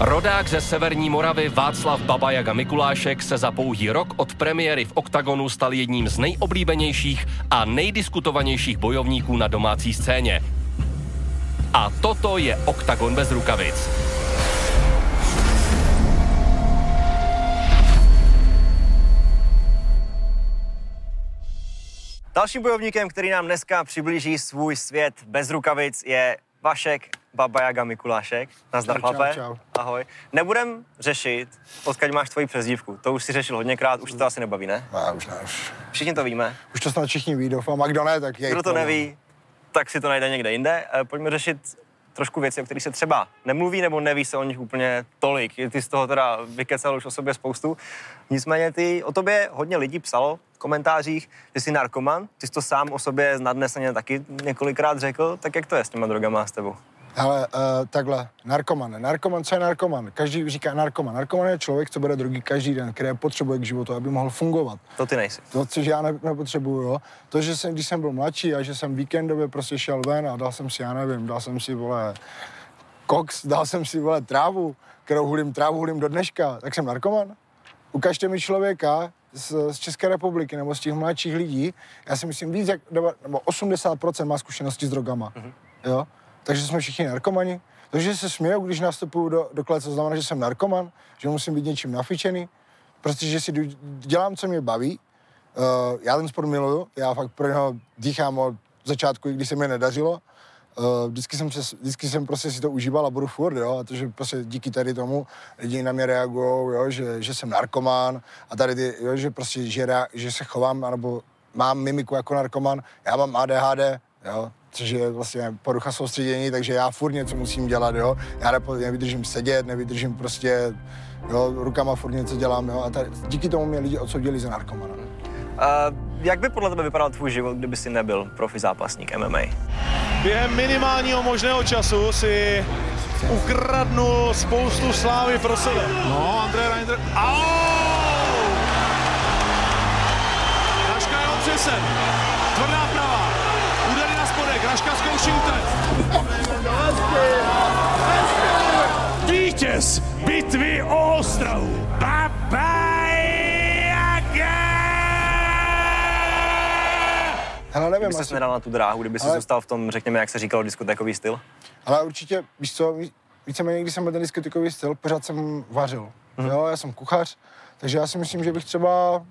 Rodák ze severní Moravy Václav Baba Jaga Mikulášek se za pouhý rok od premiéry v Oktagonu stal jedním z nejoblíbenějších a nejdiskutovanějších bojovníků na domácí scéně. A toto je Oktagon bez rukavic. Dalším bojovníkem, který nám dneska přiblíží svůj svět bez rukavic, je Vašek Baba Jaga Mikulášek. Nazdar, chlape. Čau. Ahoj. Nebudem řešit, odkud máš tvoji přezdívku. To už si řešil hodněkrát, už to asi nebaví, ne? Už ne, už. Všichni to víme. Už to snad všichni ví, doufám. A kdo ne, tak je. Kdo to neví, tak si to najde někde jinde. Pojďme řešit trošku věci, o kterých se třeba nemluví nebo neví se o nich úplně tolik. Ty z toho teda vykecal už o sobě spoustu. Nicméně o tobě hodně lidí psalo v komentářích, že jsi narkoman. Ty jsi to sám o sobě nadneseně taky několikrát řekl. Tak jak to je s těma drogama s tebou? Ale takhle, narkoman. Narkoman, co je narkoman? Každý říká narkoman. Narkoman je člověk, co bere drogy každý den, který potřebuje k životu, aby mohl fungovat. To ty nejsi. To, což já nepotřebuju, jo. To, že jsem, když jsem byl mladší a že jsem víkendově prostě šel ven a dal jsem si, já nevím, dal jsem si, vole, koks, dal jsem si, vole, trávu, kterou hulím do dneška, tak jsem narkoman. Ukažte mi člověka z České republiky nebo z těch mladších lidí, já si myslím víc jak, nebo 80% má zkušenosti s drogama, jo. Takže jsme všichni narkomani. Takže se smějou, když nastupuju do klece, to znamená, že jsem narkoman, že musím být něčím nafičený, protože si dělám, co mě baví. Já ten sport miluju, já fakt pro něho dýchám od začátku, i když se mi nedařilo. Vždycky jsem prostě si to užíval a budu furt, jo, a to, že prostě díky tady tomu lidi na mě reagujou, jo, že jsem narkoman a tady ty, jo, že prostě, že se chovám, anebo mám mimiku jako narkoman, já mám ADHD, jo, což je vlastně porucha soustředění, takže já furt něco musím dělat, jo. Já nevydržím sedět, nevydržím prostě, jo, rukama furt něco dělám, jo. A tady, díky tomu mě lidi odsoudili za narkomana. Jak by podle tebe vypadal tvůj život, kdyby jsi nebyl profi zápasník MMA? Během minimálního možného času si ukradnul spoustu slávy pro sebe. No, Andrej Reiner. Raška je otřesen. Tvrdá pravá. Údery na spodek. Raška zkouší útrest. Vítěz bitvy o Ostravu. Baba Jaga! Hele, nevím, kdyby ses nedal na tu dráhu, kdyby jsi zůstal v tom, řekněme, jak se říkalo, diskotékový styl? Ale určitě, víš co, víceméně, když jsem byl ten diskotékový styl, pořád jsem vařil. Jo, já jsem kuchař, takže já si myslím, že bych třeba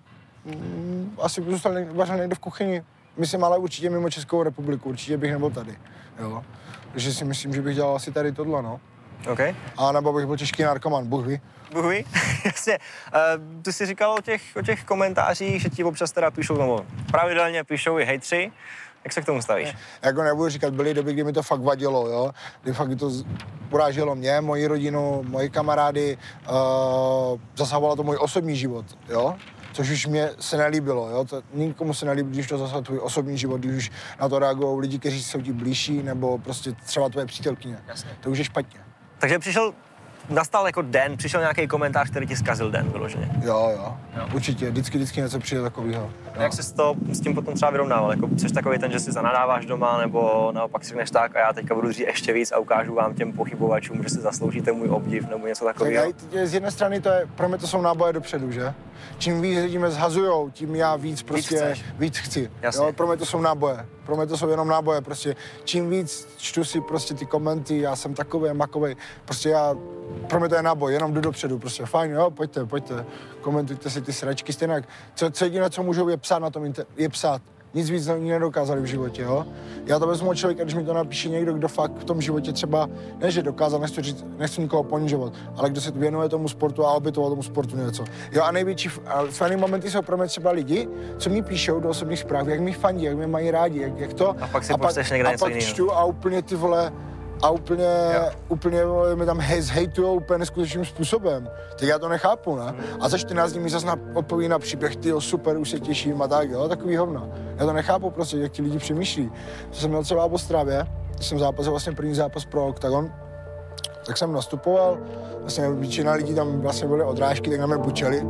asi zůstal vařil někde v kuchyni. Myslím, ale určitě mimo Českou republiku, určitě bych nebyl tady, jo. Takže si myslím, že bych dělal asi tady tohle, no. OK. A nebo bych byl těžký narkoman, Bůh ví. Bůh ví, jasně. Ty jsi říkal o těch komentářích, že ti občas teda píšou, no, pravidelně píšou i hejtři. Jak se k tomu stavíš? Jako nebudu říkat, byly doby, kdy mi to fakt vadilo, jo. Kdy fakt to uráželo mě, moji rodinu, moji kamarády, zasahovalo to můj osobní život, jo. Což už mě se nelíbilo, jo. Nikomu se nelíbí, když to zasahuje tvůj osobní život, když už na to reagují lidi, kteří jsou ti blížší, nebo prostě třeba tvoje přítelkyně. Jasně. To už je špatně. Takže nastal jako den, přišel nějaký komentář, který ti zkazil den vyloženě. Jo. Určitě, vždycky něco přijde takového. Jak jsi s tím potom třeba vyrovnával? Jako jsi takový ten, že si zanadáváš doma, nebo naopak si řekneš tak a já teďka budu říct ještě víc a ukážu vám těm pochybovačům, že si zasloužíte můj obdiv nebo něco takového? Tak z jedné strany pro mě to jsou náboje dopředu, že? Čím víc lidí mě zhazujou, tím já víc chci. Jo, pro mě to jsou náboje. Pro mě to jsou jenom náboje, prostě čím víc čtu si prostě ty komenty, já jsem takovej, makovej, prostě pro mě to je náboj, jenom jdu dopředu, prostě fajn, jo, pojďte, komentujte si ty sračky, stejně co jediné, co můžou je psát na tom, je psát. Nic víc nedokázali v životě, jo. Já to vezmu od člověka, když mi to napíše někdo, kdo fakt v tom životě třeba, ne že dokázal, nechci nikoho ponižovat, ale kdo se věnuje tomu sportu a obětoval tomu sportu něco. Jo, a největší fajný momenty jsou pro mě třeba lidi, co mi píšou do osobních zpráv, jak mi fandí, jak mě mají rádi, jak to. A pak si pošleš někde něco jiného. Čtu a úplně ty vole, a úplně mi tam hejtujou úplně neskutečným způsobem. Tak já to nechápu, ne? A za 14 dní mi zase odpoví na příběh, tyjo, super, už se těším a tak, jo, takový hovno. Já to nechápu prostě, jak ti lidi přemýšlí. To jsem měl třeba v Ostravě, když jsem zápasil vlastně první zápas pro Oktagon, tak jsem nastupoval, vlastně většina lidí tam vlastně byly odrážky, tak na mě bučeli.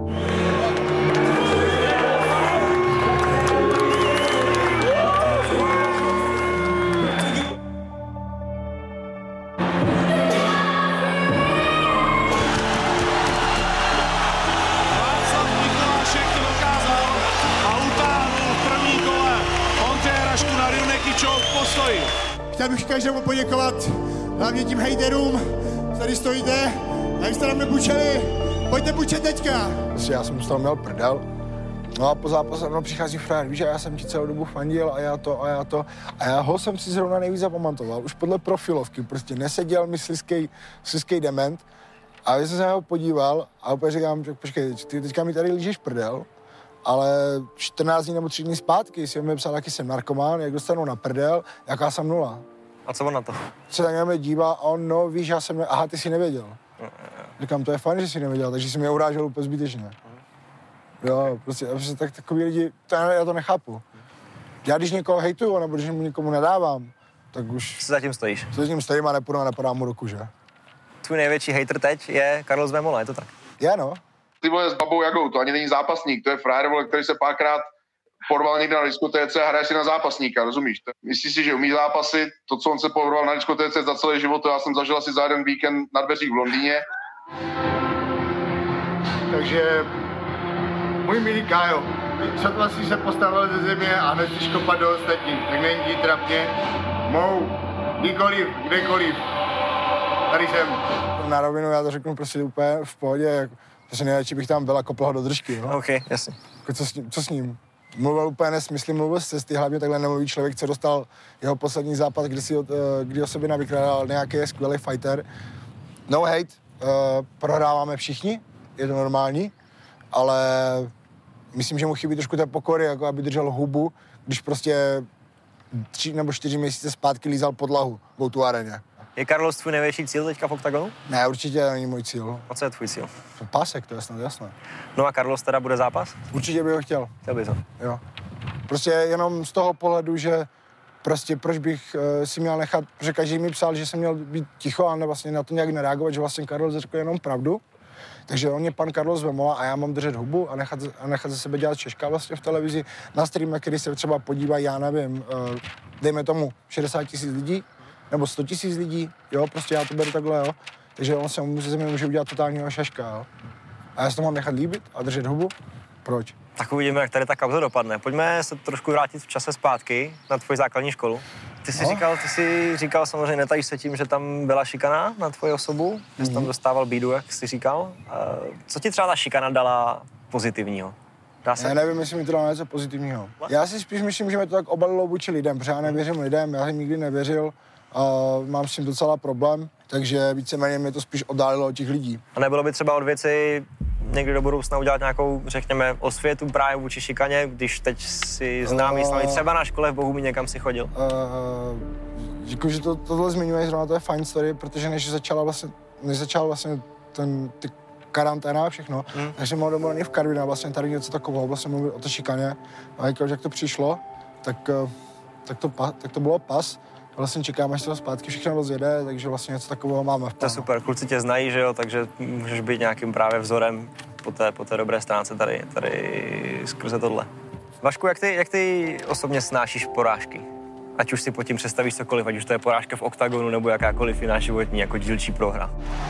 postoj. Chtěl bych každému poděkovat, hlavně tím hejterům, tady stojíte, a jak jste na mě bučeli, pojďte bučet teďka. Prostě já jsem z toho měl prdel. No a po zápase mnou přichází frajer, víš, já jsem ti celou dobu fandil a já to. A já ho jsem si zrovna nejvíc zapamatoval, už podle profilovky, prostě neseděl mi sliskej dement. A já jsem se na ho podíval a opět říkám, počkej, ty teďka mi tady lížeš prdel, ale 14 dní nebo 3 dní zpátky si mi psal, jaký jsem narkomán, jak dostanu na prdel, jaká jsem nula. A co on na to? Se tak na mě dívá a on, no víš, já jsem, aha, ty jsi nevěděl. Říkám, to je fajn, že jsi nevěděl, takže jsi mě urážel úplně zbytečně. Jo, prostě takový lidi, já to nechápu. Já když někoho hejtuju, nebo když mu někomu nadávám, tak už... Co zatím stojíš? Co zatím stojím a nepůjdu a nepadám mu ruku, že? Tvůj největší hejter teď je Carlos Vémola, je to tak? Je, no. Ty vole s Babou Jagou, to ani není zápasník, to je frajer, vole, který se párkrát porval někde na diskotéce a hraje si na zápasníka, rozumíš? Myslíš si, že umí zápasit, to, co on se porval na diskotéce za celý život, to já jsem zažil asi za jeden víkend na dveřích v Londýně. Takže, můj milý Kájo, sotva si se postavil ze země a hned si škopat do ostatních, tak není ti trapně. Mou, kdykoliv, kdekoliv. Tady jsem. Na rovinu já to řeknu prostě úplně v pohodě, jako, že nejlepší bych tam byl a kopl ho do držky, no. OK, jasně. Jako co s ním? Mluvil úplně nesmysly, mluvil z cesty, hlavně takhle nemluví člověk, co dostal jeho poslední zápas, kdy o sobě navykládal nějaký skvělý fighter. No hate, prohráváme všichni, je to normální, ale myslím, že mu chybí trošku té pokory, jako aby držel hubu, když prostě 3 nebo 4 měsíce zpátky lízal podlahu v tu areně. Je Carlos tvůj největší cíl teďka v oktagonu? Ne, určitě není můj cíl. A co je tvůj cíl? Pásek, to je snad jasné. No a Carlos teda bude zápas? Určitě bych ho chtěl. Chtěl bys ho? Jo. Prostě jenom z toho pohledu, že prostě proč bych si měl nechat, protože každý mi psal, že jsem měl být ticho a vlastně na to nějak nereagovat, že vlastně Carlos řekl jenom pravdu. Takže on je pan Carlos Vémola a já mám držet hubu a nechat ze sebe dělat češka vlastně v televizi na streame, který se třeba podívají, já nevím, dejme tomu 60 000 lidí nebo 100 000 lidí, jo, prostě já to beru takhle, jo. Takže on se může udělat totálního šaška, jo. A já se to mám nechat líbit a držet hubu? Proč? Tak uvidíme, jak tady ta kauza dopadne. Pojďme se trošku vrátit v čase zpátky na tvoji základní školu. Ty jsi říkal samozřejmě, netajíš se tím, že tam byla šikana na tvoji osobu, že jsi tam dostával bídu, jak jsi říkal. Co ti třeba ta šikana dala pozitivního? Já nevím, jestli mi to dalo něco pozitivního. Já si spíš myslím, že mi to tak obalilo vůči lidem, protože já nevěřím lidem, já jsem nikdy nevěřil, mám s tím docela problém, takže víceméně mě to spíš oddálilo od těch lidí. A nebylo by třeba od věci někdy do budoucna udělat nějakou, řekněme, osvětu právě vůči šikaně, když teď si známý slaví třeba na škole v Bohumíně, někam si chodil? Děkuji, že tohle zmiňuješ, zrovna to je fajn story, protože než začal vlastně ty karanténa a všechno, tak jsem mohl domluvený v Karviné, vlastně tady něco takového, vlastně mluvil o té šikaně a jak to přišlo, tak to bylo pas. Vlastně čekáme, až se to zpátky všechno rozjede, takže vlastně něco takového máme v plánu. To je super, kluci tě znají, že jo, takže můžeš být nějakým právě vzorem po té dobré stránce tady skrze tohle. Vašku, jak ty osobně snášíš porážky? Ať už si pod tím představíš cokoliv, ať už to je porážka v oktagonu nebo jakákoliv jiná životní, jako dílčí prohra.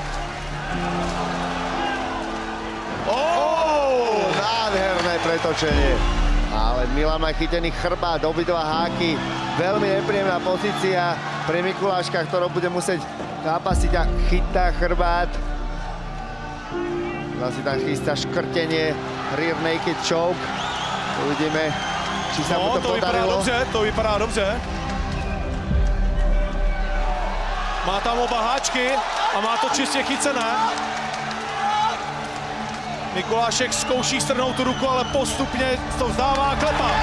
Nádherné pretočenie. Ale Milan má chytený chrbát, obidva háky. Veľmi nepríjemná pozícia pre Mikuláška, ktorou bude musieť zápasiť a chytá chrbát. Zase tam chystá škrtenie, rear naked choke. Uvidíme, či sa mu to podarilo. To vypadá dobře. Má tam oba háčky a má to čistě chycené. Mikulášek zkouší strhnout tu ruku, ale postupně to vzdává klepa.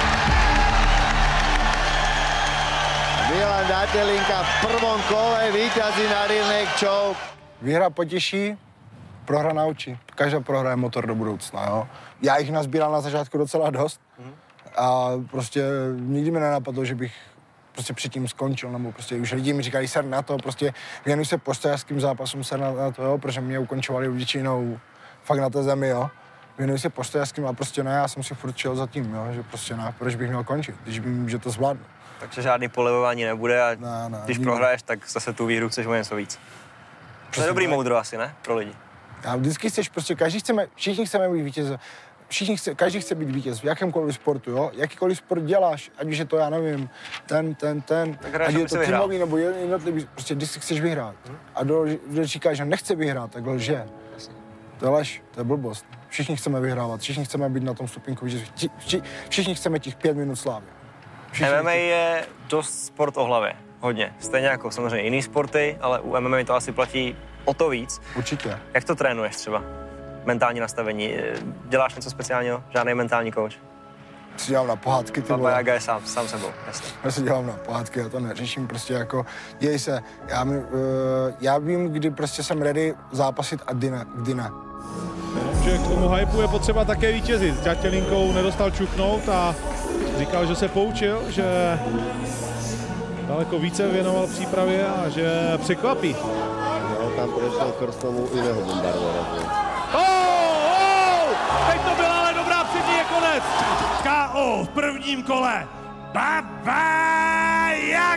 Milan Datelinka v prvom kole víťazí na rear naked choke. Výhra potěší, prohra naučí. Každá prohra je motor do budoucna, jo. Já jich nazbíral na začátku docela dost a prostě nikdy mi nenapadlo, že bych prostě předtím skončil, nebo prostě už lidi mi říkali, ser na to, prostě věnuj se postojářským zápasům, ser na to, jo, protože mě ukončovali většinou fakt na té zemi, jo. Věnuj se postojářským a prostě ne, já jsem si furt šel za tím, jo, že prostě ne, proč bych měl končit, když vím, že to zvládnu. Takže žádný polevování nebude a když prohraješ, tak zase tu výhru chceš o něco víc. To je dobrý moudro asi, ne? Pro lidi. A vždycky chceš, prostě všichni chceme být vítěze. každý chce být vítěz v jakémkoliv sportu, jo? Jakýkoliv sport děláš, ať už je to, já nevím, ať je to týmový nebo jednotlivý, prostě když si chceš vyhrát. A kdo říká, že nechce vyhrát, tak lže. To je lež, to je blbost. Všichni chceme vyhrávat, všichni chceme být na tom stupínku, všichni chceme těch 5 minut slávy. MMA je dost sport o hlavě, hodně. Stejně jako samozřejmě jiný sporty, ale u MMA to asi platí o to víc. Určitě. Jak to trénuješ třeba? Mentální nastavení. Děláš něco speciálního? Žádný mentální coach? Si dělám na pohádky, ty Baba Jaga je sám sebou, jasně. Já si dělám na pohádky, já to neřeším, prostě jako, děj se. Já vím, kdy prostě jsem ready zápasit a kdy ne. Že k tomu hypeu je potřeba také vítězit. S Ďatělinkou nedostal čuknout a říkal, že se poučil, že daleko více věnoval přípravě a že překvapí. No, tam prošel Krstovu jiného bombardera. Teď to byla ale dobrá přední, je konec. K.O. v prvním kole. Baba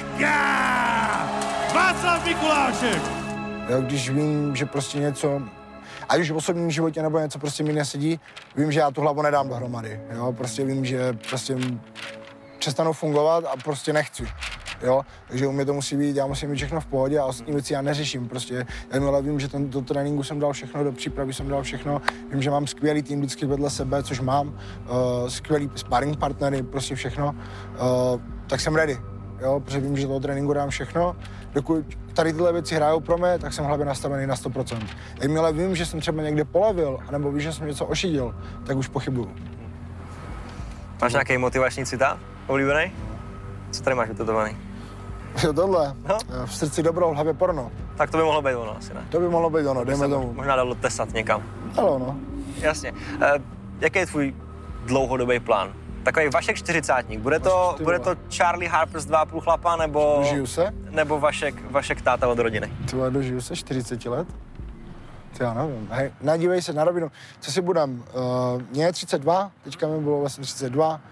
Jaga! Václav Mikulášek. Jo, když vím, že prostě něco, ať už v osobním životě nebo něco prostě mi nesedí, vím, že já tu hlavu nedám dohromady. Jo, prostě vím, že prostě přestanu fungovat a prostě nechci. Jo, takže u mě to musí být, já musím mít všechno v pohodě a ostatní věci já neřeším prostě. Já vím, že do tréninku jsem dal všechno, do přípravy jsem dal všechno, vím, že mám skvělý tým vždycky vedle sebe, což mám, skvělý sparring partnery, prostě všechno, tak jsem ready, jo, protože vím, že do tréninku dám všechno. Dokud tady tyhle věci hrajou pro mě, tak jsem hlavě nastavený na 100%. Jakmile vím, že jsem třeba někde polevil, anebo vím, že jsem něco ošidil, tak už pochybuju. Máš nějaký motivační citát oblíbený? Co tady máš vytetovaný? Jo, tohle. No. V srdci dobro, v hlavě porno. Tak to by mohlo být ono, asi ne? To by mohlo být ono, dejme tomu. Možná dalo tesat někam. Ale ono. Jasně. Jaký je tvůj dlouhodobý plán? Takový Vašek 40. Bude to Charlie Harpers 2,5 chlapa, nebo... Dožiju se? Nebo Vašek táta od rodiny? Tyhle, dožiju se 40 let? To já nevím. Hej, nadívej se na rovinu. Co si budem? Mně je 32, teďka mi bylo vlastně 32.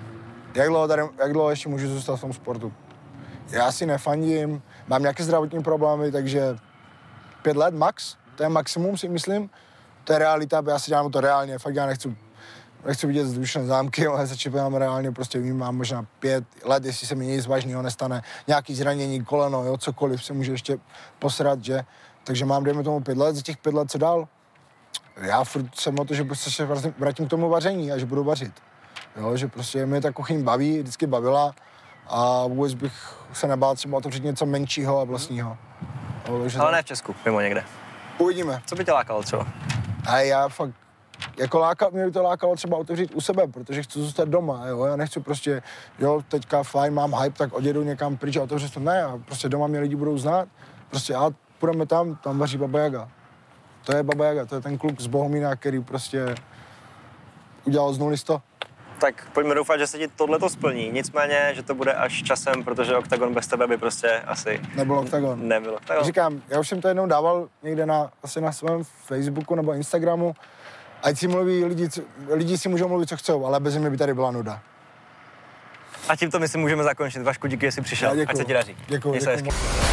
Jak dlouho ještě můžu zůstat v tom sportu? Já si nefandím, mám nějaké zdravotní problémy, takže 5 let max, to je maximum, si myslím. To je realita, já si dělám to reálně, fakt já nechci vidět vzdušné zámky, ale začípám reálně, prostě vím, mám možná 5 let, jestli se mi nic vážného nestane, nějaký zranění, koleno, jo, cokoliv se může ještě posrat, že? Takže mám, dejme tomu 5 let, za těch 5 let co dál? Já furt jsem o to, že prostě se vrátím k tomu vaření a že budu vařit. Jo, že prostě mě ta kuchyň baví, vždycky bavila a vůbec bych se nebál třeba otevřít něco menšího a vlastního. Ale ne v Česku, mimo někde. Uvidíme. Co by tě lákalo třeba? A já fakt, mě by to lákalo třeba otevřít u sebe, protože chci zůstat doma, jo, já nechci prostě, jo, teďka fajn, mám hype, tak odjedu někam pryč a otevřu to, ne, a prostě doma mě lidi budou znát, prostě a půjdeme tam vaří Baba Jaga. To je Baba Jaga, to je ten kluk z Bohumína, který prostě udělal z 0 100. Tak pojďme doufat, že se ti tohleto splní. Nicméně, že to bude až časem, protože Oktagon bez tebe by prostě asi... Nebyl Oktagon. Nebyl Oktagon. Říkám, já už jsem to jednou dával někde asi na svém Facebooku nebo Instagramu. Ať si mluví lidi si můžou mluvit, co chcou, ale bez mě by tady byla nuda. A tímto my si můžeme zakončit. Vašku, díky, že jsi přišel. Děkuju. Ať se ti daří. Děkuju.